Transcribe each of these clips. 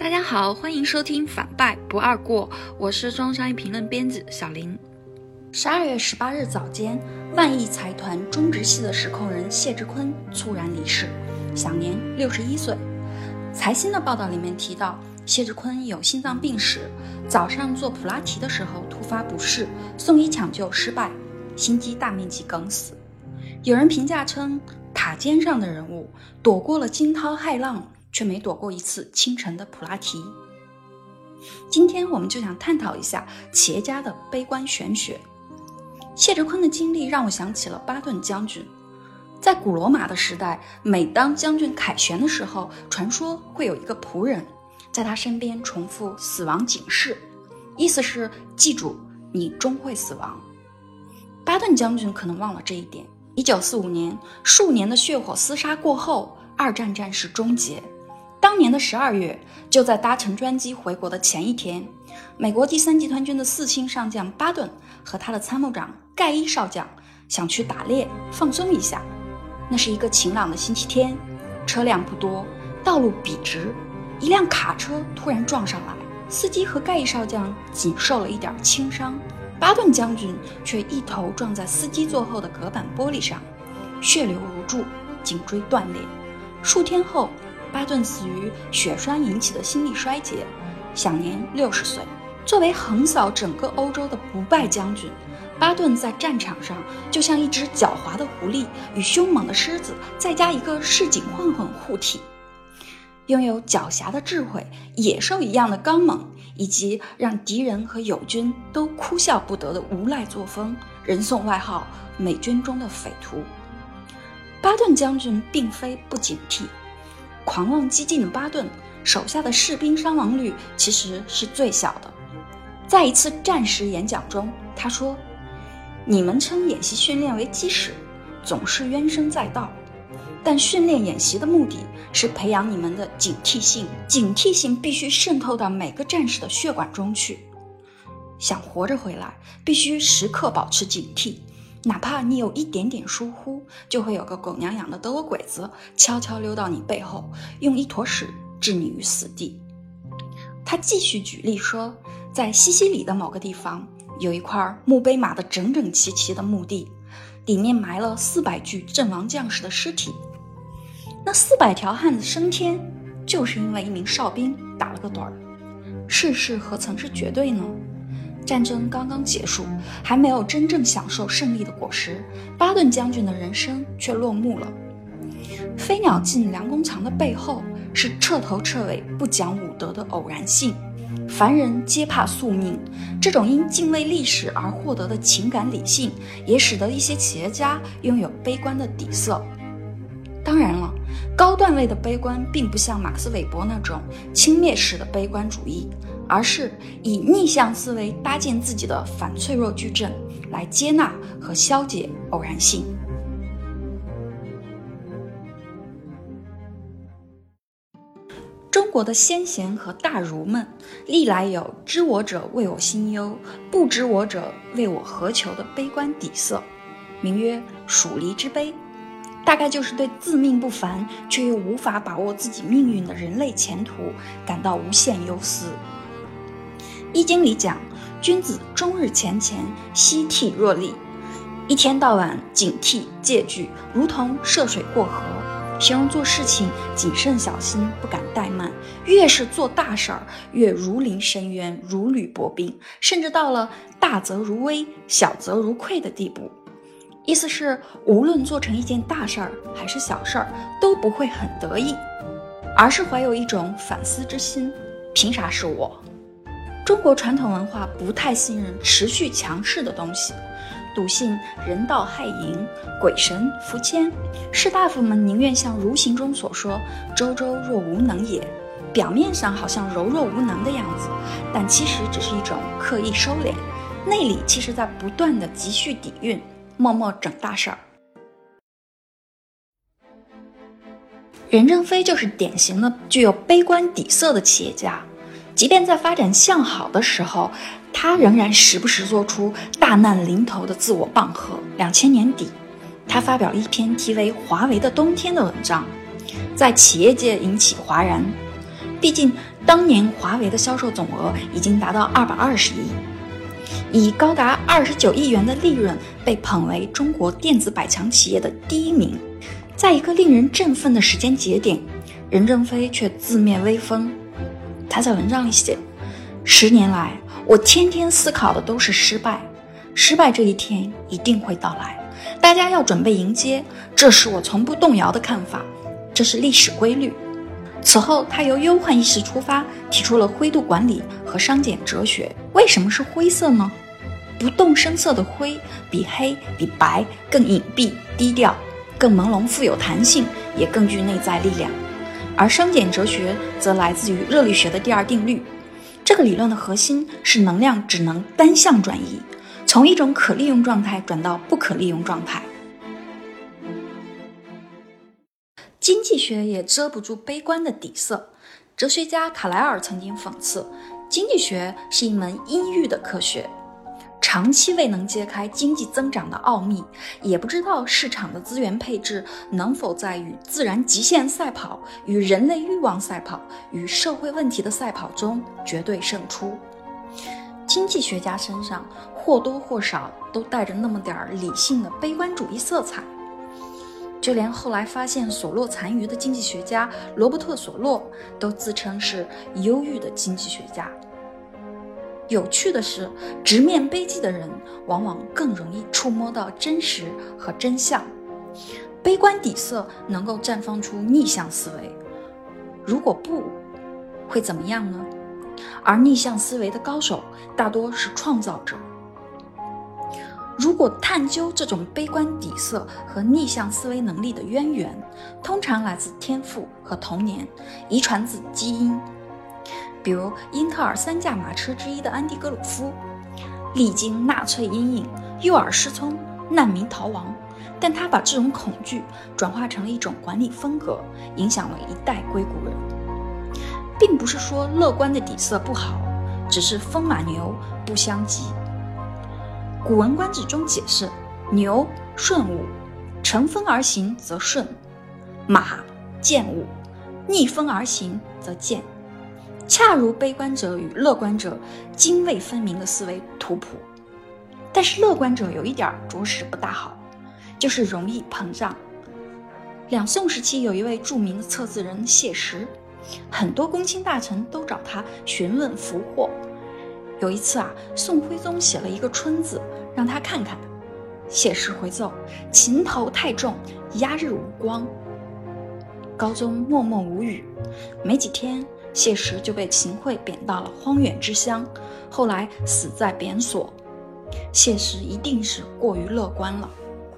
大家好，欢迎收听反败不二过，我是中商业评论编辑小林。 12月18日早间，万亿财团中植系的实控人谢志坤猝然离世，享年61岁。财新的报道里面提到，谢志坤有心脏病史，早上做普拉提的时候突发不适，送医抢救失败，心肌大面积梗死。有人评价称，塔尖上的人物躲过了惊涛骇浪，却没躲过一次清晨的普拉提。今天我们就想探讨一下企业家的悲观玄学。谢志坤的经历让我想起了巴顿将军。在古罗马的时代，每当将军凯旋的时候，传说会有一个仆人在他身边重复死亡警示，意思是记住，你终会死亡。巴顿将军可能忘了这一点。1945年，数年的血火厮杀过后，二战战事终结。当年的12月，就在搭乘专机回国的前一天，美国第3集团军的4星上将巴顿和他的参谋长盖伊少将想去打猎放松一下。那是一个晴朗的星期天，车辆不多，道路笔直，一辆卡车突然撞上来，司机和盖伊少将仅受了一点轻伤，巴顿将军却一头撞在司机座后的隔板玻璃上，血流如注，颈椎断裂。数天后，巴顿死于血栓引起的心力衰竭，享年60岁。作为横扫整个欧洲的不败将军，巴顿在战场上就像一只狡猾的狐狸与凶猛的狮子，再加一个市井混混护体，拥有狡黠的智慧、野兽一样的刚猛，以及让敌人和友军都哭笑不得的无赖作风，人送外号美军中的匪徒。巴顿将军并非不警惕，狂妄激进的巴顿手下的士兵伤亡率其实是最小的。在一次战时演讲中，他说，你们称演习训练为基石，总是冤声载道，但训练演习的目的是培养你们的警惕性，警惕性必须渗透到每个战士的血管中去。想活着回来，必须时刻保持警惕，哪怕你有一点点疏忽，就会有个狗娘养的德国鬼子悄悄溜到你背后，用一坨屎置你于死地。他继续举例说，在西西里的某个地方，有一块墓碑码得整整齐齐的墓地，里面埋了400具阵亡将士的尸体。那400条汉子升天，就是因为一名哨兵打了个盹儿。世事何曾是绝对呢？战争刚刚结束，还没有真正享受胜利的果实，巴顿将军的人生却落幕了。飞鸟尽，良弓藏的背后，是彻头彻尾不讲武德的偶然性。凡人皆怕宿命，这种因敬畏历史而获得的情感理性，也使得一些企业家拥有悲观的底色。当然了，高段位的悲观并不像马克思韦伯那种轻蔑式的悲观主义，而是以逆向思维搭建自己的反脆弱矩阵，来接纳和消解偶然性。中国的先贤和大儒们历来有知我者谓我心忧，不知我者谓我何求的悲观底色，名曰属离之悲，大概就是对自命不凡却又无法把握自己命运的人类前途感到无限忧思。易经里讲，君子终日前乾，夕惕若厉，一天到晚警惕戒惧，如同涉水过河，形容做事情谨慎小心，不敢怠慢，越是做大事儿越如临深渊，如履薄冰，甚至到了大则如危，小则如愧的地步。意思是无论做成一件大事儿还是小事儿，都不会很得意，而是怀有一种反思之心，凭啥是我？中国传统文化不太信任持续强势的东西，笃信人道害淫，鬼神伏谦，士大夫们宁愿像儒行中所说，周周若无能也，表面上好像柔弱无能的样子，但其实只是一种刻意收敛，内里其实在不断的积蓄底蕴，默默整大事儿。任正非就是典型的具有悲观底色的企业家，即便在发展向好的时候，他仍然时不时做出大难临头的自我棒喝。2000年底，他发表了一篇题为《华为的冬天》的文章，在企业界引起哗然。 毕竟当年华为的销售总额已经达到220亿，以高达29亿元的利润被捧为中国电子百强企业的第一名。在一个令人振奋的时间节点，任正非却自灭威风。他在文章里写，10年来我天天思考的都是失败，失败这一天一定会到来，大家要准备迎接，这是我从不动摇的看法，这是历史规律。此后他由忧患意识出发，提出了灰度管理和商检哲学。为什么是灰色呢？不动声色的灰比黑比白更隐蔽低调，更朦胧富有弹性，也更具内在力量。而商检哲学则来自于热力学的第二定律，这个理论的核心是能量只能单向转移，从一种可利用状态转到不可利用状态。经济学也遮不住悲观的底色。哲学家卡莱尔曾经讽刺，经济学是一门阴郁的科学，长期未能揭开经济增长的奥秘，也不知道市场的资源配置能否在与自然极限赛跑、与人类欲望赛跑、与社会问题的赛跑中绝对胜出。经济学家身上或多或少都带着那么点理性的悲观主义色彩。就连后来发现索洛残余的经济学家罗伯特·索洛都自称是忧郁的经济学家。有趣的是，直面悲剧的人往往更容易触摸到真实和真相。悲观底色能够绽放出逆向思维，如果不，会怎么样呢？而逆向思维的高手大多是创造者。如果探究这种悲观底色和逆向思维能力的渊源，通常来自天赋和童年，遗传自基因。比如英特尔3驾马车之一的安迪·格鲁夫，历经纳粹阴影、诱饵失聪、难民逃亡，但他把这种恐惧转化成了一种管理风格，影响了一代硅谷人。并不是说乐观的底色不好，只是风马牛不相及。古文观止中解释，牛顺物，乘风而行则顺，马见物，逆风而行则见，恰如悲观者与乐观者泾渭分明的思维图谱。但是乐观者有一点着实不大好，就是容易膨胀。两宋时期有一位著名的测字人谢石，很多公卿大臣都找他询问福祸。有一次宋徽宗写了一个春字让他看看，谢石回奏，秦头太重，鸦日无光。高宗默默无语，没几天谢石就被秦桧贬到了荒远之乡，后来死在贬所。谢石一定是过于乐观了。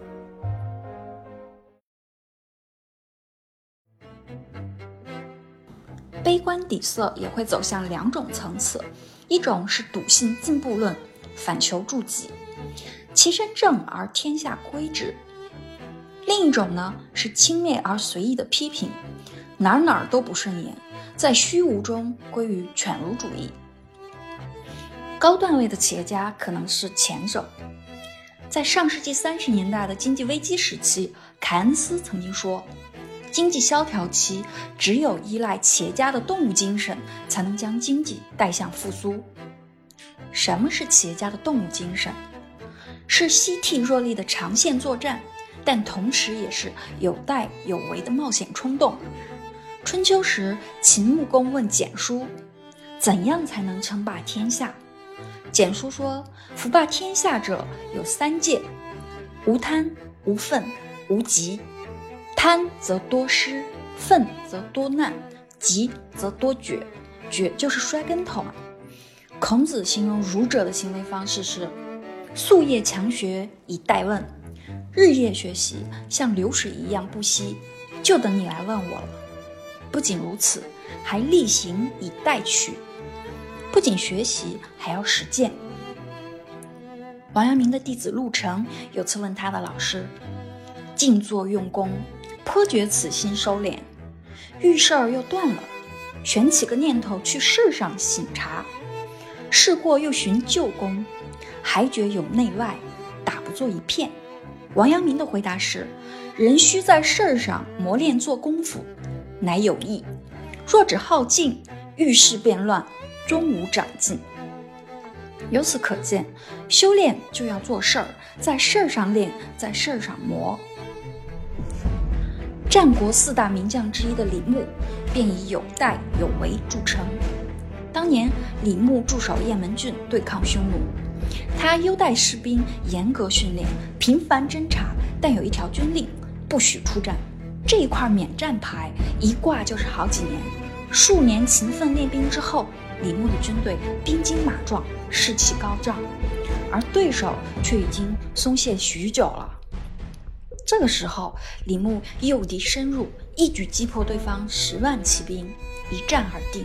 悲观底色也会走向两种层次，一种是笃信进步论，反求诸己，其身正而天下归之；另一种呢是轻蔑而随意的批评，哪儿都不顺眼，在虚无中归于犬儒主义。高段位的企业家可能是前者。在上世纪30年代的经济危机时期，凯恩斯曾经说，经济萧条期只有依赖企业家的动物精神才能将经济带向复苏。什么是企业家的动物精神？是犀悌若厉的长线作战，但同时也是有带有为的冒险冲动。春秋时，秦穆公问蹇叔，怎样才能称霸天下？蹇叔说，服霸天下者有3戒：无贪、无愤、无急。贪则多失，愤则多难，急则多绝，绝就是摔跟头嘛。孔子形容儒者的行为方式是：夙夜强学以待问，日夜学习，像流水一样不息，就等你来问我了。不仅如此，还力行以待取，不仅学习，还要实践。王阳明的弟子陆程有次问他的老师，静坐用功，颇觉此心收敛，遇事儿又断了，悬起个念头去事上省察，事过又寻旧功，还觉有内外，打不作一片。王阳明的回答是：人须在事儿上磨练做功夫，乃有益；若只好静， 遇事变乱，终无长进。由此可见，修炼就要做事儿，在事儿上练，在事儿上磨。战国4大名将之一的李牧，便以有代有为著称。当年李牧驻守雁门郡，对抗匈奴，他优待士兵，严格训练，频繁侦察，但有一条军令，不许出战。这一块免战牌一挂就是好几年，数年勤奋练兵之后，李牧的军队兵精马壮，士气高涨，而对手却已经松懈许久了。这个时候，李牧诱敌深入，一举击破对方10万骑兵，一战而定。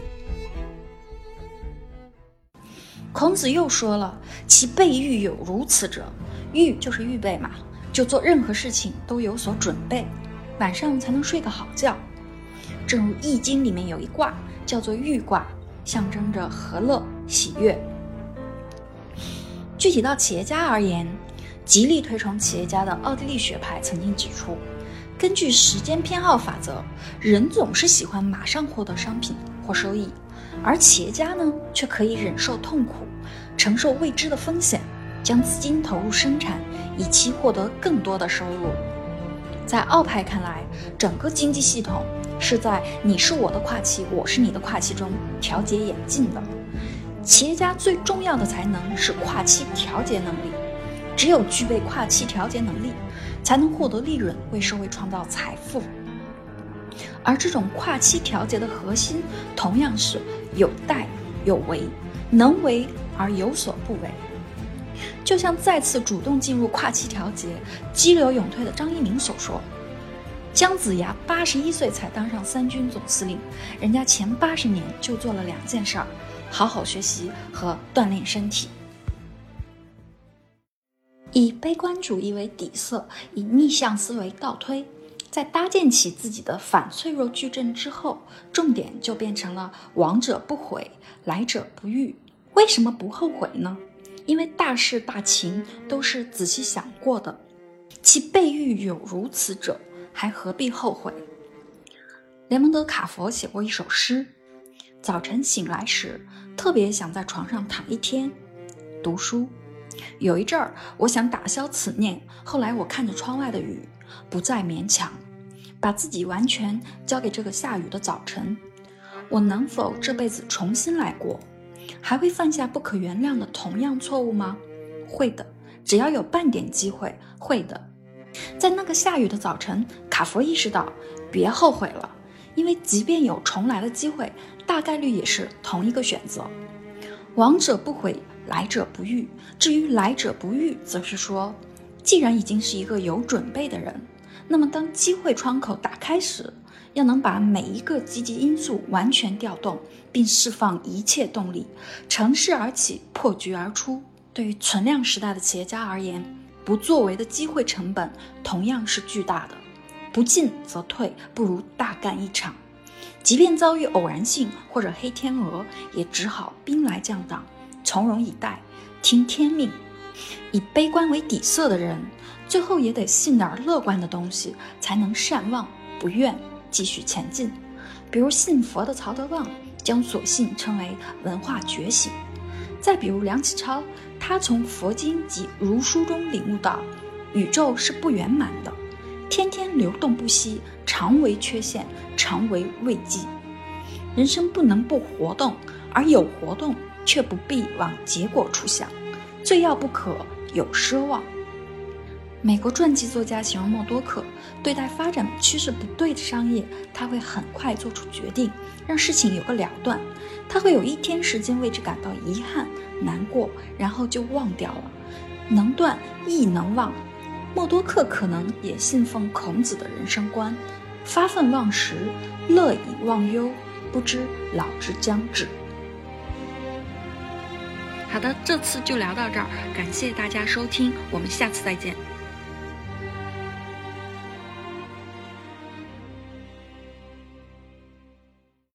孔子又说了，其备御有如此者，御就是预备嘛，就做任何事情都有所准备，晚上才能睡个好觉。正如易经里面有一卦叫做豫卦，象征着和乐喜悦。具体到企业家而言，极力推崇企业家的奥地利学派曾经指出，根据时间偏好法则，人总是喜欢马上获得商品或收益，而企业家呢，却可以忍受痛苦，承受未知的风险，将资金投入生产，以期获得更多的收入。在奥派看来，整个经济系统是在你是我的跨期，我是你的跨期中调节演进的。企业家最重要的才能是跨期调节能力，只有具备跨期调节能力，才能获得利润，为社会创造财富。而这种跨期调节的核心，同样是有代有为，能为而有所不为。就像再次主动进入跨期调节、激流勇退的张一鸣所说，姜子牙81岁才当上3军总司令，人家前80年就做了2件事儿：好好学习和锻炼身体。以悲观主义为底色，以逆向思维倒推，在搭建起自己的反脆弱矩阵之后，重点就变成了往者不悔，来者不拒。为什么不后悔呢？因为大事大情都是仔细想过的，其备御有如此者，还何必后悔？雷蒙德·卡佛写过一首诗，早晨醒来时，特别想在床上躺一天，读书。有一阵儿，我想打消此念，后来我看着窗外的雨，不再勉强，把自己完全交给这个下雨的早晨。我能否这辈子重新来过？还会犯下不可原谅的同样错误吗？会的，只要有半点机会，会的。在那个下雨的早晨，卡佛意识到，别后悔了，因为即便有重来的机会，大概率也是同一个选择。往者不悔，来者不拒。至于来者不拒，则是说，既然已经是一个有准备的人，那么当机会窗口打开时，要能把每一个积极因素完全调动，并释放一切动力，乘势而起，破局而出。对于存量时代的企业家而言，不作为的机会成本同样是巨大的，不进则退，不如大干一场。即便遭遇偶然性或者黑天鹅，也只好兵来将挡，从容以待，听天命。以悲观为底色的人，最后也得信点乐观的东西，才能善忘不怨，继续前进。比如信佛的曹德旺，将所信称为文化觉醒。再比如梁启超，他从佛经及儒书中领悟到，宇宙是不圆满的，天天流动不息，常为缺陷，常为慰藉。人生不能不活动，而有活动却不必往结果处想，最要不可有奢望。美国传记作家形容默多克，对待发展趋势不对的商业，他会很快做出决定，让事情有个了断。他会有1天时间为之感到遗憾、难过，然后就忘掉了。能断亦能忘。默多克可能也信奉孔子的人生观：发愤忘食，乐以忘忧，不知老之将至。 好的，这次就聊到这儿，感谢大家收听，我们下次再见。